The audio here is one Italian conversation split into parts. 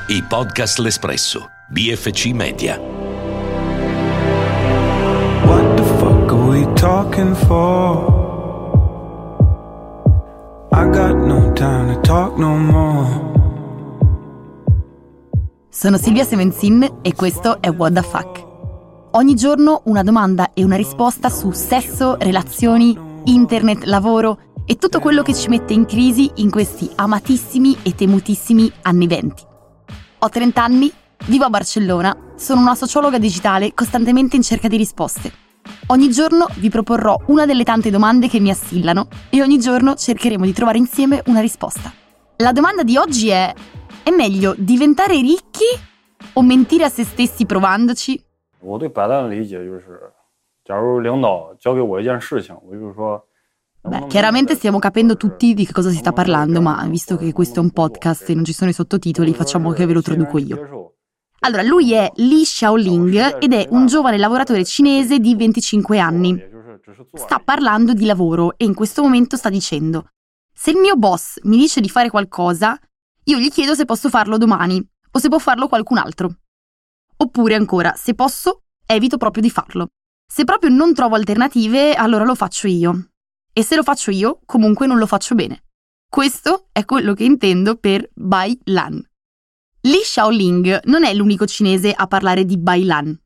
I podcast L'Espresso, BFC Media. What the fuck are we talking for? I got no time to talk no more. Sono Silvia Semenzin e questo è What the Fuck. Ogni giorno una domanda e una risposta su sesso, relazioni, internet, lavoro e tutto quello che ci mette in crisi in questi amatissimi e temutissimi anni '20. Ho 30 anni, vivo a Barcellona, sono una sociologa digitale costantemente in cerca di risposte. Ogni giorno vi proporrò una delle tante domande che mi assillano e ogni giorno cercheremo di trovare insieme una risposta. La domanda di oggi è meglio diventare ricchi o mentire a se stessi provandoci? 我对白烂的理解就是，假如领导交给我一件事情，我就是说。 Chiaramente stiamo capendo tutti di che cosa si sta parlando, ma visto che questo è un podcast e non ci sono i sottotitoli, facciamo che ve lo traduco io. Allora, lui è Li Xiaoling ed è un giovane lavoratore cinese di 25 anni. Sta parlando di lavoro e in questo momento sta dicendo: se il mio boss mi dice di fare qualcosa, io gli chiedo se posso farlo domani o se può farlo qualcun altro. Oppure ancora, se posso, evito proprio di farlo. Se proprio non trovo alternative, allora lo faccio io. E se lo faccio io, comunque non lo faccio bene. Questo è quello che intendo per Bai Lan. Li Xiaoling non è l'unico cinese a parlare di Bai Lan.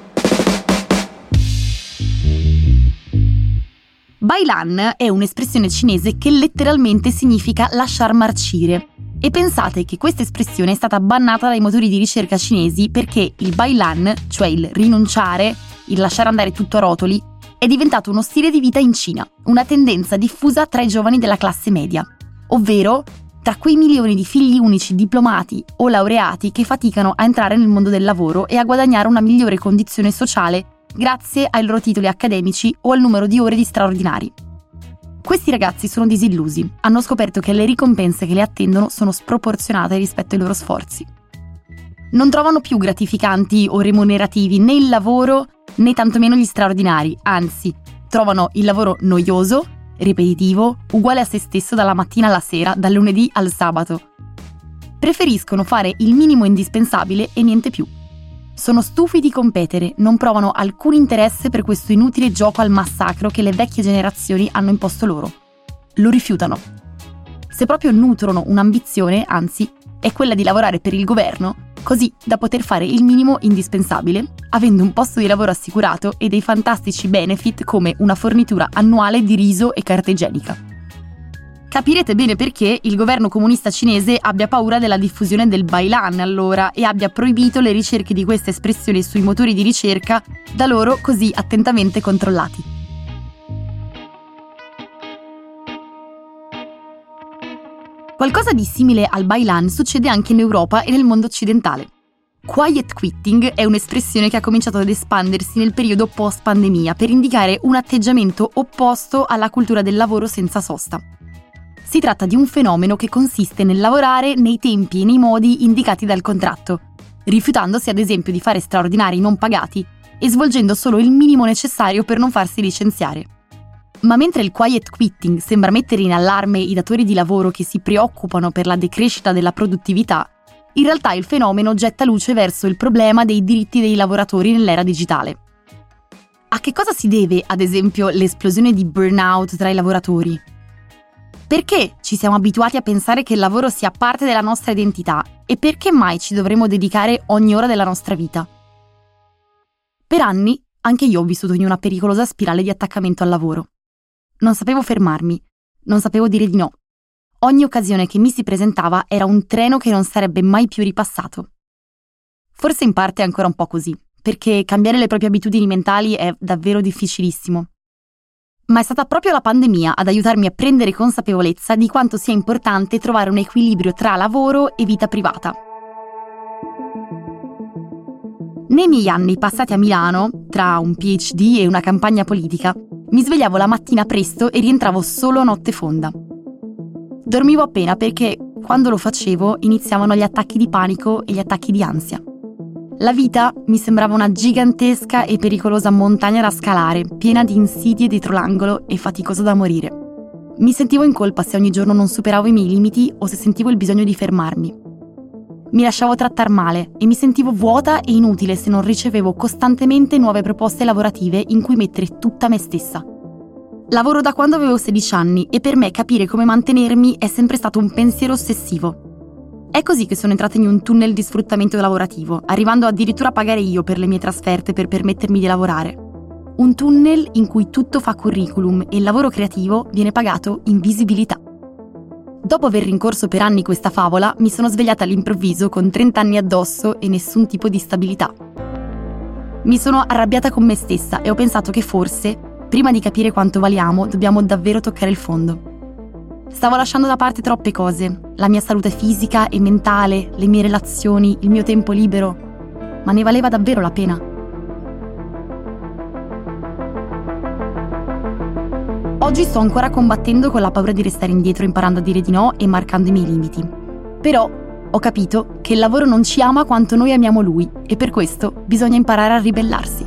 Bai Lan è un'espressione cinese che letteralmente significa lasciar marcire. E pensate che questa espressione è stata bannata dai motori di ricerca cinesi perché il Bai Lan, cioè il rinunciare, il lasciare andare tutto a rotoli, è diventato uno stile di vita in Cina, una tendenza diffusa tra i giovani della classe media, ovvero tra quei milioni di figli unici diplomati o laureati che faticano a entrare nel mondo del lavoro e a guadagnare una migliore condizione sociale grazie ai loro titoli accademici o al numero di ore di straordinari. Questi ragazzi sono disillusi, hanno scoperto che le ricompense che li attendono sono sproporzionate rispetto ai loro sforzi. Non trovano più gratificanti o remunerativi né il lavoro né tantomeno gli straordinari, anzi, trovano il lavoro noioso, ripetitivo, uguale a se stesso dalla mattina alla sera, dal lunedì al sabato. Preferiscono fare il minimo indispensabile e niente più. Sono stufi di competere, non provano alcun interesse per questo inutile gioco al massacro che le vecchie generazioni hanno imposto loro. Lo rifiutano. Se proprio nutrono un'ambizione, anzi, è quella di lavorare per il governo, così da poter fare il minimo indispensabile, avendo un posto di lavoro assicurato e dei fantastici benefit come una fornitura annuale di riso e carta igienica. Capirete bene perché il governo comunista cinese abbia paura della diffusione del Bai Lan allora e abbia proibito le ricerche di questa espressione sui motori di ricerca da loro così attentamente controllati. Qualcosa di simile al Bai Lan succede anche in Europa e nel mondo occidentale. Quiet quitting è un'espressione che ha cominciato ad espandersi nel periodo post-pandemia per indicare un atteggiamento opposto alla cultura del lavoro senza sosta. Si tratta di un fenomeno che consiste nel lavorare nei tempi e nei modi indicati dal contratto, rifiutandosi ad esempio di fare straordinari non pagati e svolgendo solo il minimo necessario per non farsi licenziare. Ma mentre il quiet quitting sembra mettere in allarme i datori di lavoro che si preoccupano per la decrescita della produttività, in realtà il fenomeno getta luce verso il problema dei diritti dei lavoratori nell'era digitale. A che cosa si deve, ad esempio, l'esplosione di burnout tra i lavoratori? Perché ci siamo abituati a pensare che il lavoro sia parte della nostra identità e perché mai ci dovremmo dedicare ogni ora della nostra vita? Per anni anche io ho vissuto in una pericolosa spirale di attaccamento al lavoro. Non sapevo fermarmi, non sapevo dire di no. Ogni occasione che mi si presentava era un treno che non sarebbe mai più ripassato. Forse in parte è ancora un po' così, perché cambiare le proprie abitudini mentali è davvero difficilissimo. Ma è stata proprio la pandemia ad aiutarmi a prendere consapevolezza di quanto sia importante trovare un equilibrio tra lavoro e vita privata. Nei miei anni passati a Milano, tra un PhD e una campagna politica, mi svegliavo la mattina presto e rientravo solo a notte fonda. Dormivo appena perché, quando lo facevo, iniziavano gli attacchi di panico e gli attacchi di ansia. La vita mi sembrava una gigantesca e pericolosa montagna da scalare, piena di insidie dietro l'angolo e faticosa da morire. Mi sentivo in colpa se ogni giorno non superavo i miei limiti o se sentivo il bisogno di fermarmi. Mi lasciavo trattar male e mi sentivo vuota e inutile se non ricevevo costantemente nuove proposte lavorative in cui mettere tutta me stessa. Lavoro da quando avevo 16 anni e per me capire come mantenermi è sempre stato un pensiero ossessivo. È così che sono entrata in un tunnel di sfruttamento lavorativo, arrivando addirittura a pagare io per le mie trasferte per permettermi di lavorare. Un tunnel in cui tutto fa curriculum e il lavoro creativo viene pagato in visibilità. Dopo aver rincorso per anni questa favola, mi sono svegliata all'improvviso con 30 anni addosso e nessun tipo di stabilità. Mi sono arrabbiata con me stessa e ho pensato che forse, prima di capire quanto valiamo, dobbiamo davvero toccare il fondo. Stavo lasciando da parte troppe cose, la mia salute fisica e mentale, le mie relazioni, il mio tempo libero, ma ne valeva davvero la pena. Oggi sto ancora combattendo con la paura di restare indietro imparando a dire di no e marcando i miei limiti. Però ho capito che il lavoro non ci ama quanto noi amiamo lui e per questo bisogna imparare a ribellarsi.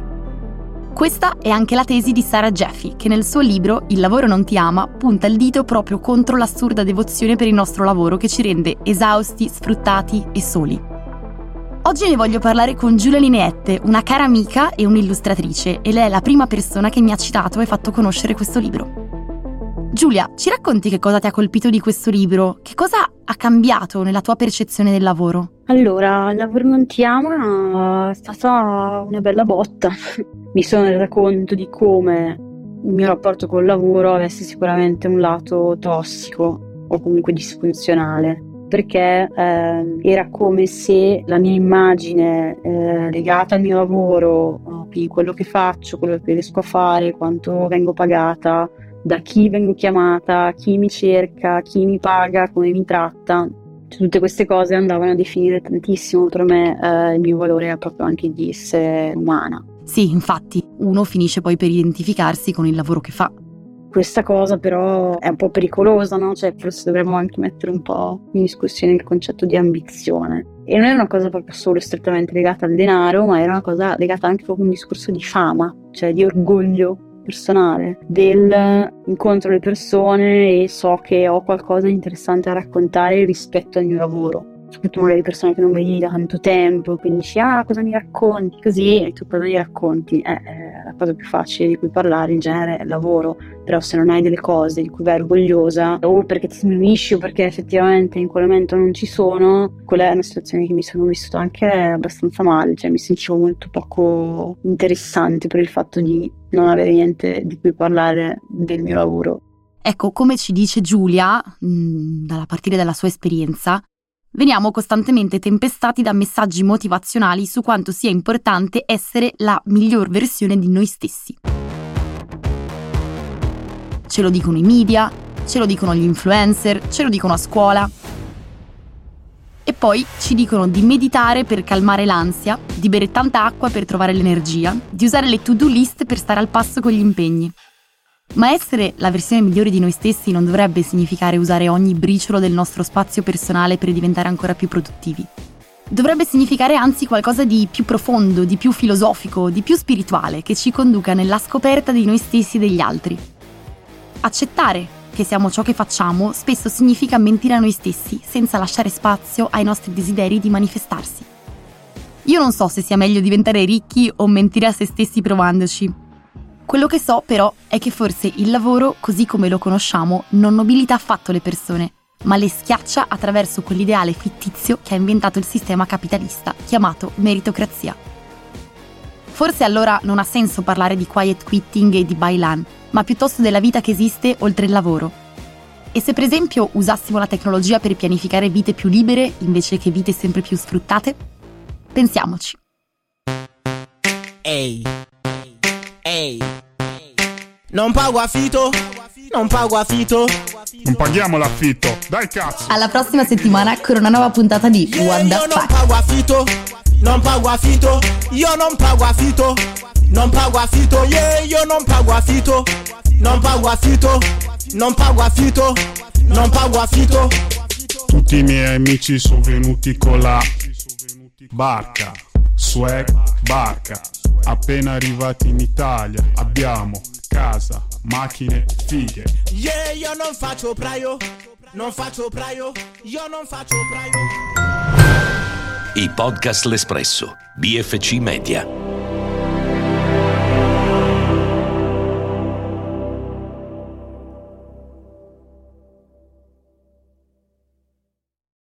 Questa è anche la tesi di Sarah Jeffy, che nel suo libro Il lavoro non ti ama punta il dito proprio contro l'assurda devozione per il nostro lavoro che ci rende esausti, sfruttati e soli. Oggi ne voglio parlare con Giulia Lineette, una cara amica e un'illustratrice, e lei è la prima persona che mi ha citato e fatto conoscere questo libro. Giulia, ci racconti che cosa ti ha colpito di questo libro? Che cosa ha cambiato nella tua percezione del lavoro? Allora, il lavoro non ti ama è stata una bella botta. Mi sono resa conto di come il mio rapporto col lavoro avesse sicuramente un lato tossico o comunque disfunzionale, perché era come se la mia immagine legata al mio lavoro, quindi quello che faccio, quello che riesco a fare, quanto vengo pagata, da chi vengo chiamata, chi mi cerca, chi mi paga, come mi tratta, cioè, tutte queste cose andavano a definire tantissimo per me il mio valore proprio anche di essere umana. Sì, infatti, uno finisce poi per identificarsi con il lavoro che fa. Questa cosa però è un po' pericolosa, no? Cioè forse dovremmo anche mettere un po' in discussione il concetto di ambizione. E non è una cosa proprio solo strettamente legata al denaro, ma era una cosa legata anche proprio a un discorso di fama, cioè di orgoglio personale, del incontro le persone e so che ho qualcosa di interessante da raccontare rispetto al mio lavoro. Soprattutto magari persone che non vedi da tanto tempo, quindi dici cosa mi racconti, così, e tu cosa mi racconti? La cosa più facile di cui parlare in genere è il lavoro, però se non hai delle cose di cui vai orgogliosa, o perché ti sminuisci o perché effettivamente in quel momento non ci sono, quella è una situazione che mi sono vissuta anche abbastanza male, cioè mi sentivo molto poco interessante per il fatto di non avere niente di cui parlare del mio lavoro. Ecco, come ci dice Giulia, dalla partire dalla sua esperienza, veniamo costantemente tempestati da messaggi motivazionali su quanto sia importante essere la miglior versione di noi stessi. Ce lo dicono i media, ce lo dicono gli influencer, ce lo dicono a scuola. E poi ci dicono di meditare per calmare l'ansia, di bere tanta acqua per trovare l'energia, di usare le to-do list per stare al passo con gli impegni. Ma essere la versione migliore di noi stessi non dovrebbe significare usare ogni briciolo del nostro spazio personale per diventare ancora più produttivi. Dovrebbe significare anzi qualcosa di più profondo, di più filosofico, di più spirituale, che ci conduca nella scoperta di noi stessi e degli altri. Accettare che siamo ciò che facciamo spesso significa mentire a noi stessi, senza lasciare spazio ai nostri desideri di manifestarsi. Io non so se sia meglio diventare ricchi o mentire a se stessi provandoci. Quello che so però è che forse il lavoro, così come lo conosciamo, non nobilita affatto le persone, ma le schiaccia attraverso quell'ideale fittizio che ha inventato il sistema capitalista, chiamato meritocrazia. Forse allora non ha senso parlare di quiet quitting e di bailan, ma piuttosto della vita che esiste oltre il lavoro. E se per esempio usassimo la tecnologia per pianificare vite più libere invece che vite sempre più sfruttate? Pensiamoci. Ehi, non pago affitto, non pago affitto. Non paghiamo l'affitto, dai cazzo. Alla prossima settimana con una nuova puntata di What the Fuck. Non pago affitto, non pago affitto, io non pago affitto, non pago affitto, io non pago affitto, non pago affitto, non pago affitto, non pago affitto. Tutti i miei amici sono venuti con la barca, swag barca. Appena arrivati in Italia abbiamo casa, macchine, fighe. Io non faccio praio, non faccio praio, io non faccio praio. I podcast L'Espresso, BFC Media.